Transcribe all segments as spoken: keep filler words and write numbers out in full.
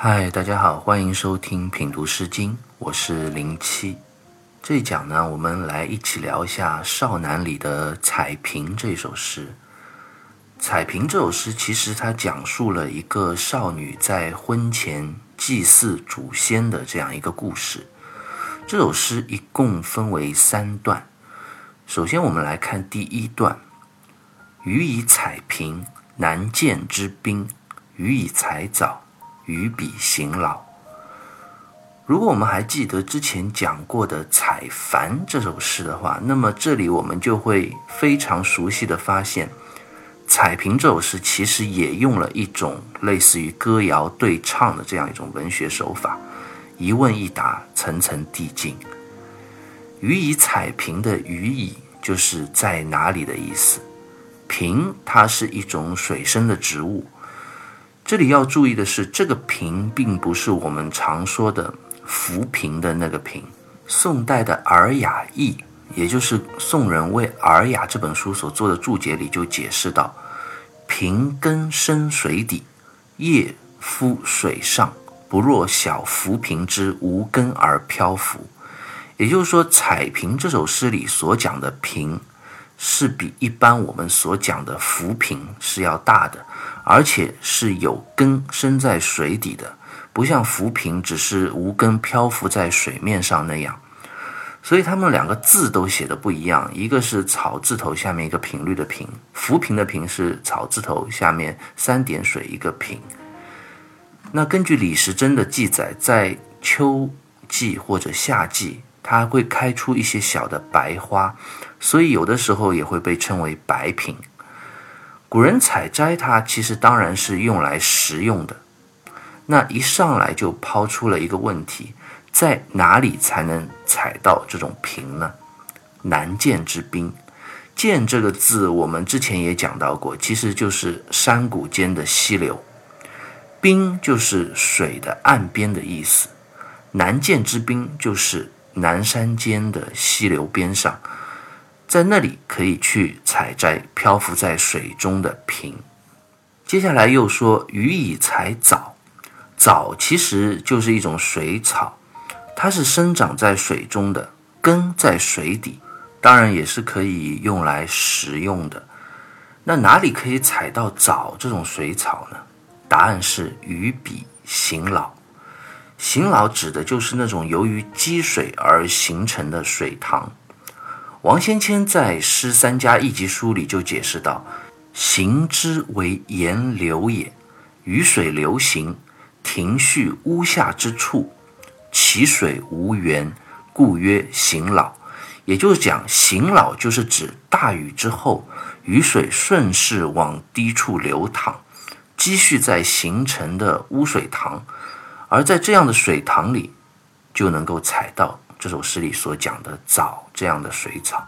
嗨，大家好，欢迎收听品读诗经，我是零七。这一讲呢，我们来一起聊一下《少南》里的《采萍》这首诗。《采萍》这首诗其实它讲述了一个少女在婚前祭祀祖先的这样一个故事。这首诗一共分为三段。首先我们来看第一段：予以采萍，南涧之滨，予以采枣，予彼行老。如果我们还记得之前讲过的《采蘩》这首诗的话，那么这里我们就会非常熟悉的发现，《采萍》这首诗其实也用了一种类似于歌谣对唱的这样一种文学手法，一问一答，层层递进。予以采萍的予以就是在哪里的意思，萍它是一种水生的植物。这里要注意的是，这个萍并不是我们常说的浮萍的那个萍。宋代的《尔雅译》，也就是宋人为《尔雅》这本书所做的注解里就解释到，萍根深水底，叶敷水上，不若小浮萍之无根而漂浮。也就是说，《采萍》这首诗里所讲的萍是比一般我们所讲的浮萍是要大的，而且是有根生在水底的，不像浮萍只是无根漂浮在水面上那样。所以他们两个字都写的不一样，一个是草字头下面一个频率的频，浮萍的萍是草字头下面三点水一个萍。那根据李时珍的记载，在秋季或者夏季它会开出一些小的白花，所以有的时候也会被称为白萍。古人采摘它其实当然是用来食用的。那一上来就抛出了一个问题，在哪里才能采到这种萍呢？南涧之滨。涧这个字我们之前也讲到过，其实就是山谷间的溪流。滨就是水的岸边的意思。南涧之滨就是南山间的溪流边上，在那里可以去采摘漂浮在水中的萍。接下来又说予以采枣。枣其实就是一种水草，它是生长在水中的，根在水底，当然也是可以用来食用的。那哪里可以采到枣这种水草呢？答案是予彼行老。行老指的就是那种由于积水而形成的水塘。王先谦在《诗三家一集书》里就解释到，行之为沿流也，雨水流行，庭序屋下之处，其水无源，故曰行老。也就是讲，行老就是指大雨之后，雨水顺势往低处流淌，积蓄在形成的污水塘，而在这样的水塘里就能够采到这首诗里所讲的枣这样的水草。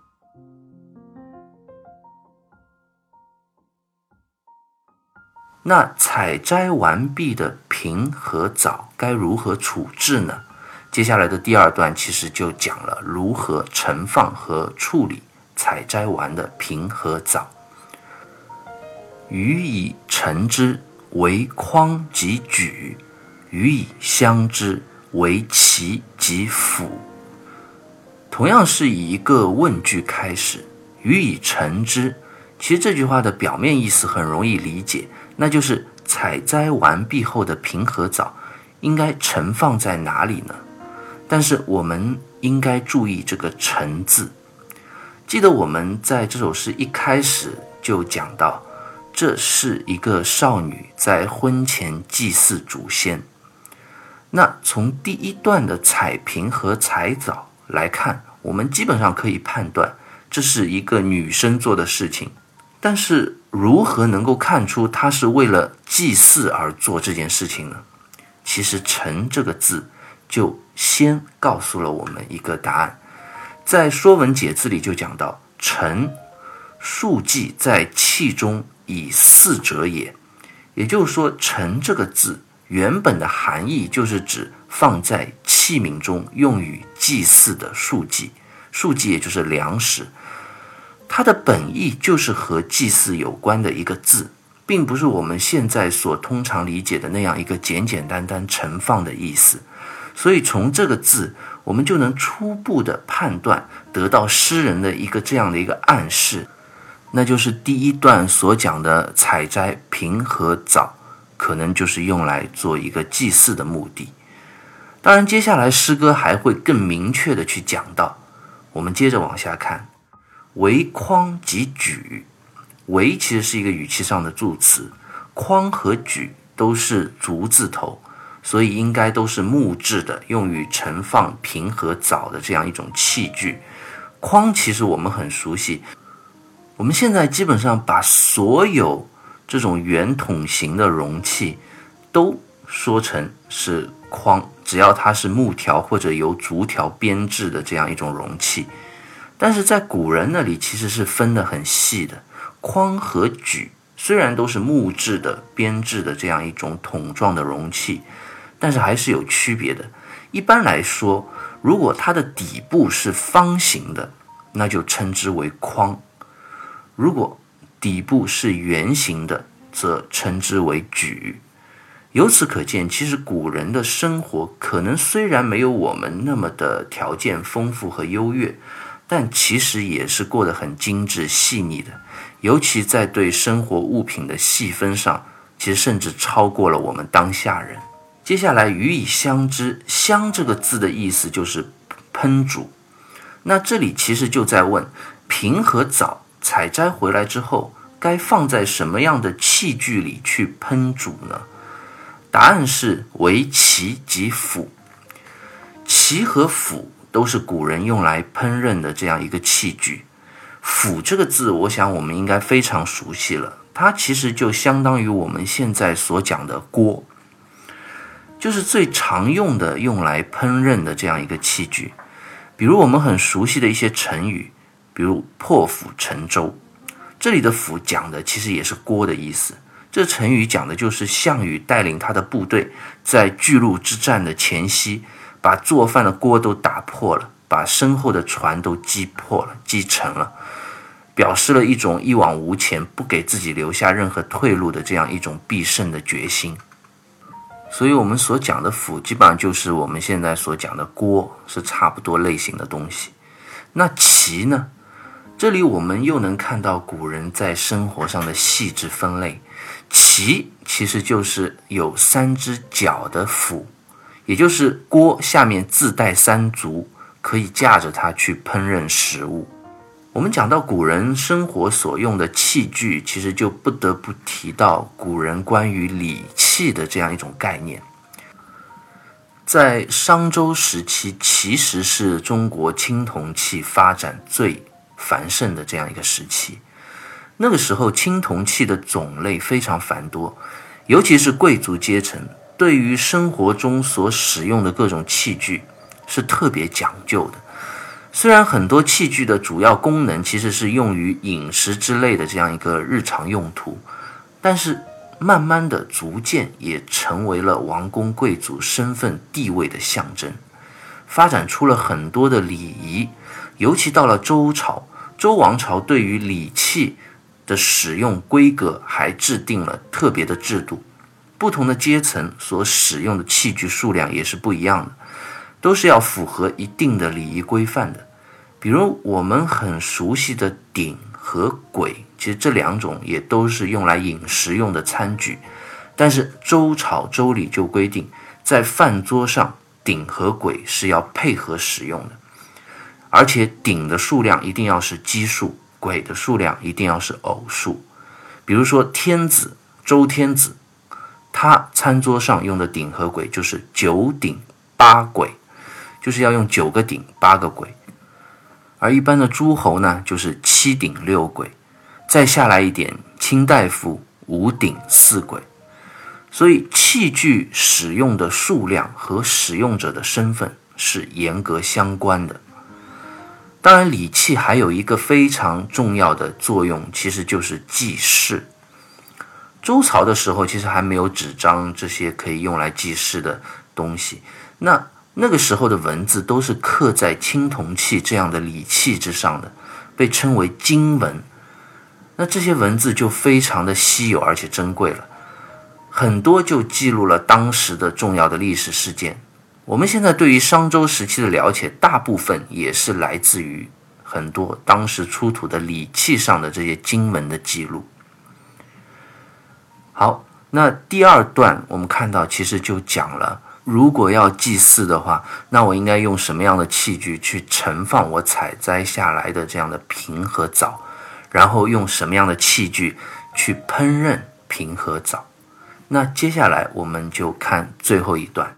那采摘完毕的萍和枣该如何处置呢？接下来的第二段其实就讲了如何盛放和处理采摘完的萍和枣。予以盛之，为筐及举，予以镶之，为旗及斧。同样是以一个问句开始，予以盛之，其实这句话的表面意思很容易理解，那就是采摘完毕后的萍和枣应该盛放在哪里呢？但是我们应该注意这个盛字。记得我们在这首诗一开始就讲到，这是一个少女在婚前祭祀祖先。那从第一段的采萍和采枣来看，我们基本上可以判断这是一个女生做的事情。但是如何能够看出她是为了祭祀而做这件事情呢？其实盛这个字就先告诉了我们一个答案。在《说文解字》里就讲到，盛，数祭在器中以祀者也。也就是说，盛这个字原本的含义就是指放在器皿中用于祭祀的数祭，数祭也就是粮食，它的本意就是和祭祀有关的一个字。 并不是我们现在所通常理解的那样一个简简单单盛放的意思。所以从这个字，我们就能初步的判断，得到诗人的一个这样的一个暗示，那就是第一段所讲的采摘平和早，可能就是用来做一个祭祀的目的。当然接下来诗歌还会更明确的去讲到，我们接着往下看，为匡及举，为其实是一个语气上的助词，匡和举都是足字头，所以应该都是木质的，用于盛放平和枣的这样一种器具。匡其实我们很熟悉，我们现在基本上把所有这种圆筒形的容器都说成是匡，只要它是木条或者由竹条编制的这样一种容器。但是在古人那里其实是分得很细的，匡和举虽然都是木质的编制的这样一种桶状的容器，但是还是有区别的。一般来说，如果它的底部是方形的，那就称之为匡；如果底部是圆形的，则称之为举。由此可见，其实古人的生活可能虽然没有我们那么的条件丰富和优越，但其实也是过得很精致细腻的，尤其在对生活物品的细分上，其实甚至超过了我们当下人。接下来予以香之，香这个字的意思就是烹煮，那这里其实就在问，平和枣采摘回来之后，该放在什么样的器具里去烹煮呢？答案是为萁及釜。萁和釜都是古人用来烹饪的这样一个器具。釜这个字，我想我们应该非常熟悉了，它其实就相当于我们现在所讲的锅，就是最常用的用来烹饪的这样一个器具。比如我们很熟悉的一些成语，比如破釜沉舟，这里的釜讲的其实也是锅的意思。这成语讲的就是项羽带领他的部队在巨鹿之战的前夕，把做饭的锅都打破了，把身后的船都击破了，击沉了，表示了一种一往无前，不给自己留下任何退路的这样一种必胜的决心。所以我们所讲的釜基本上就是我们现在所讲的锅，是差不多类型的东西。那萁呢？这里我们又能看到古人在生活上的细致分类。萁其实就是有三只脚的釜，也就是锅下面自带三足，可以架着它去烹饪食物。我们讲到古人生活所用的器具，其实就不得不提到古人关于礼器的这样一种概念。在商周时期，其实是中国青铜器发展最繁盛的这样一个时期。那个时候青铜器的种类非常繁多，尤其是贵族阶层对于生活中所使用的各种器具是特别讲究的。虽然很多器具的主要功能其实是用于饮食之类的这样一个日常用途，但是慢慢的逐渐也成为了王公贵族身份地位的象征，发展出了很多的礼仪。尤其到了周朝，周王朝对于礼器的使用规格还制定了特别的制度，不同的阶层所使用的器具数量也是不一样的，都是要符合一定的礼仪规范的。比如我们很熟悉的鼎和簋，其实这两种也都是用来饮食用的餐具，但是周朝周礼就规定，在饭桌上鼎和簋是要配合使用的，而且鼎的数量一定要是奇数，簋的数量一定要是偶数。比如说天子周天子，他餐桌上用的鼎和簋就是九鼎八簋，就是要用九个鼎八个簋。而一般的诸侯呢，就是七鼎六簋，再下来一点，卿大夫五鼎四簋。所以器具使用的数量和使用者的身份是严格相关的。当然礼器还有一个非常重要的作用，其实就是记事。周朝的时候其实还没有纸张这些可以用来记事的东西，那那个时候的文字都是刻在青铜器这样的礼器之上的，被称为金文。 那这些文字就非常的稀有而且珍贵了，很多就记录了当时的重要的历史事件。我们现在对于商周时期的了解，大部分也是来自于很多当时出土的礼器上的这些经文的记录。好，那第二段我们看到其实就讲了，如果要祭祀的话，那我应该用什么样的器具去盛放我采摘下来的这样的瓶和枣，然后用什么样的器具去烹饪瓶和枣。那接下来我们就看最后一段。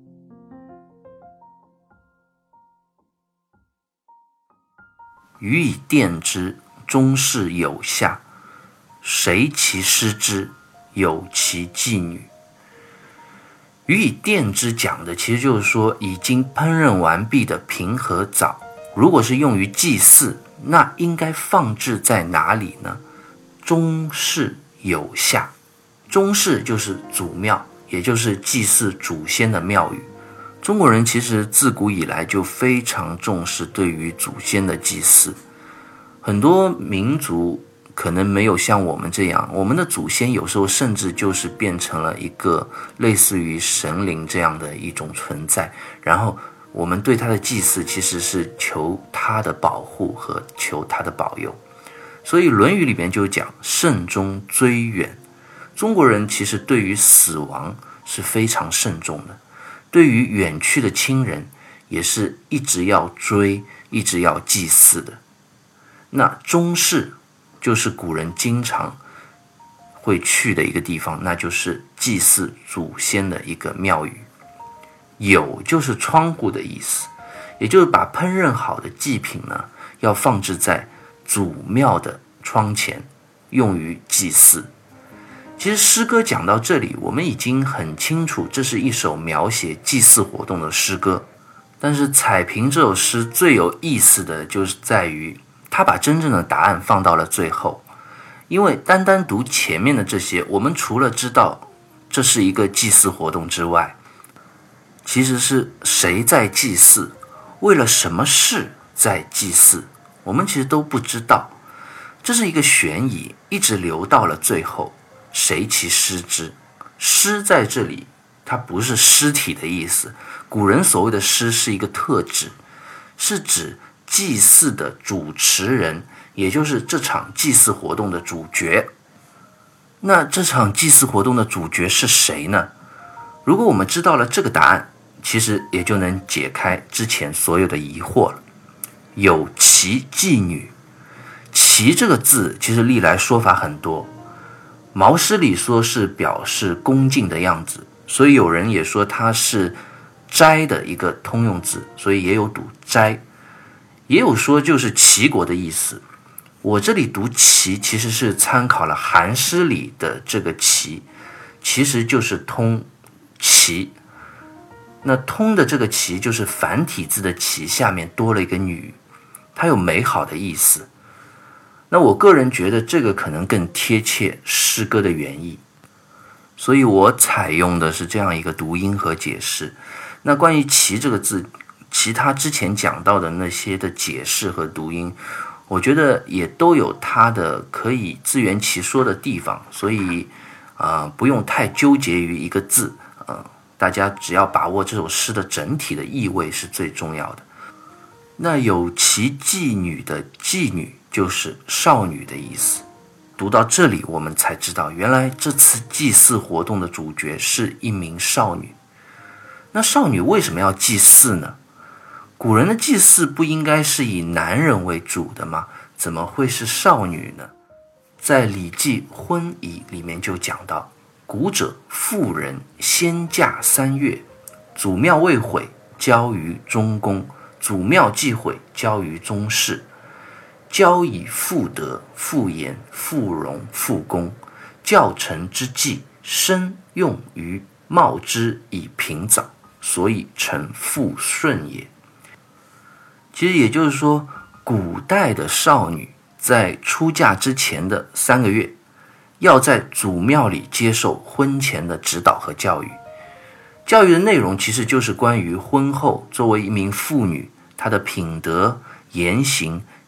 予以奠之，终是有下，谁其师之，有其妓女。予以奠之讲的其实就是说，已经烹饪完毕的瓶和枣，如果是用于祭祀，那应该放置在哪里呢？终是有下。终是就是祖庙，也就是祭祀祖先的庙宇。中国人其实自古以来就非常重视对于祖先的祭祀，很多民族可能没有像我们这样，我们的祖先有时候甚至就是变成了一个类似于神灵这样的一种存在，然后我们对他的祭祀其实是求他的保护和求他的保佑。所以《论语》里面就讲慎终追远，中国人其实对于死亡是非常慎重的，对于远去的亲人也是一直要追，一直要祭祀的。那终是就是古人经常会去的一个地方，那就是祭祀祖先的一个庙宇。有就是窗户的意思，也就是把烹饪好的祭品呢，要放置在祖庙的窗前，用于祭祀。其实诗歌讲到这里，我们已经很清楚，这是一首描写祭祀活动的诗歌。但是彩屏这首诗最有意思的就是在于，他把真正的答案放到了最后。因为单单读前面的这些，我们除了知道这是一个祭祀活动之外，其实是谁在祭祀，为了什么事在祭祀，我们其实都不知道。这是一个悬疑，一直留到了最后。谁其师之？师在这里，它不是尸体的意思。古人所谓的师是一个特指，是指祭祀的主持人，也就是这场祭祀活动的主角。那这场祭祀活动的主角是谁呢？如果我们知道了这个答案，其实也就能解开之前所有的疑惑了。有其妓女，其这个字其实历来说法很多。毛诗里说是表示恭敬的样子，所以有人也说它是斋的一个通用字，所以也有读斋，也有说就是齐国的意思。我这里读齐其实是参考了韩诗里的这个齐，其实就是通齐。那通的这个齐就是繁体字的齐下面多了一个女，它有美好的意思。那我个人觉得这个可能更贴切诗歌的原意，所以我采用的是这样一个读音和解释。那关于齐这个字，其他之前讲到的那些的解释和读音，我觉得也都有它的可以自圆其说的地方，所以呃，不用太纠结于一个字，呃，大家只要把握这首诗的整体的意味是最重要的。那有其妓女的妓女就是少女的意思。读到这里，我们才知道原来这次祭祀活动的主角是一名少女。那少女为什么要祭祀呢？古人的祭祀不应该是以男人为主的吗？怎么会是少女呢？在《礼记·婚仪》里面就讲到，古者妇人先嫁三月，祖庙未毁，交于中宫，祖庙既毁，交于宗室，交以妇德、妇言、妇容、妇功，教臣之祭，生用于茂之以平藻，所以成妇顺也。其实也就是说，古代的少女在出嫁之前的三个月，要在祖庙里接受婚前的指导和教育。教育的内容其实就是关于婚后作为一名妇女，她的品德、言行、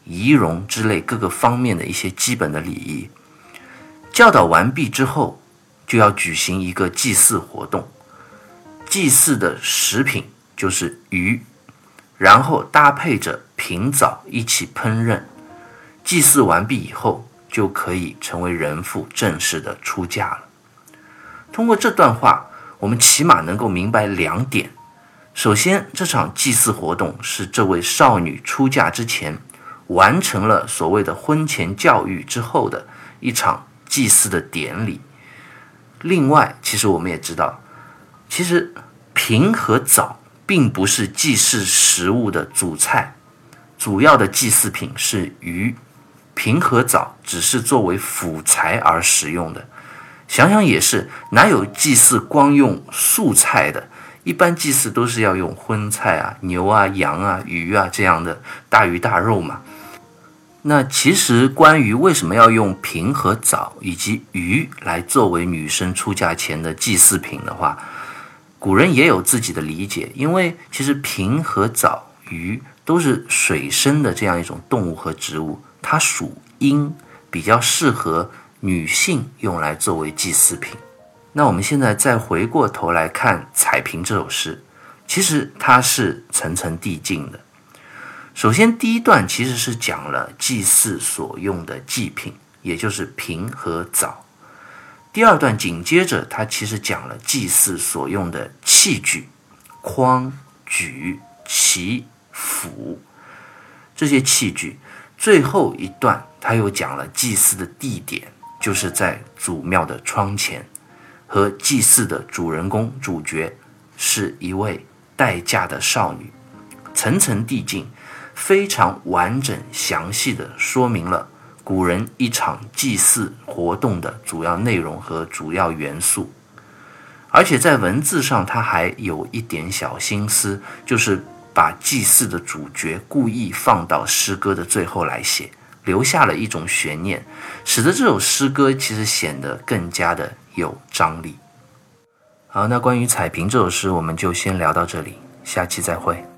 仪容之类各个方面的一些基本的礼仪。教导完毕之后，就要举行一个祭祀活动。祭祀的食品就是鱼，然后搭配着平枣一起烹饪。祭祀完毕以后，就可以成为人妇，正式的出嫁了。通过这段话，我们起码能够明白两点。首先，这场祭祀活动是这位少女出嫁之前完成了所谓的婚前教育之后的一场祭祀的典礼。另外，其实我们也知道，其实平和枣并不是祭祀食物的主菜，主要的祭祀品是鱼，平和枣只是作为辅材而使用的。想想也是，哪有祭祀光用素菜的？一般祭祀都是要用荤菜啊，牛啊、羊啊、鱼啊这样的大鱼大肉嘛。那其实关于为什么要用平和枣以及鱼来作为女生出嫁前的祭祀品的话，古人也有自己的理解。因为其实平和枣、鱼都是水生的这样一种动物和植物，它属阴，比较适合女性用来作为祭祀品。那我们现在再回过头来看《彩屏》这首诗，其实它是层层递进的。首先第一段其实是讲了祭祀所用的祭品，也就是平和枣。第二段紧接着它其实讲了祭祀所用的器具，筐、举、旗、釜这些器具。最后一段它又讲了祭祀的地点，就是在祖庙的窗前，和祭祀的主人公主角是一位待嫁的少女。层层递进，非常完整详细地说明了古人一场祭祀活动的主要内容和主要元素。而且在文字上它还有一点小心思，就是把祭祀的主角故意放到诗歌的最后来写，留下了一种悬念，使得这首诗歌其实显得更加的有张力。好，那关于《彩屏》这首诗我们就先聊到这里，下期再会。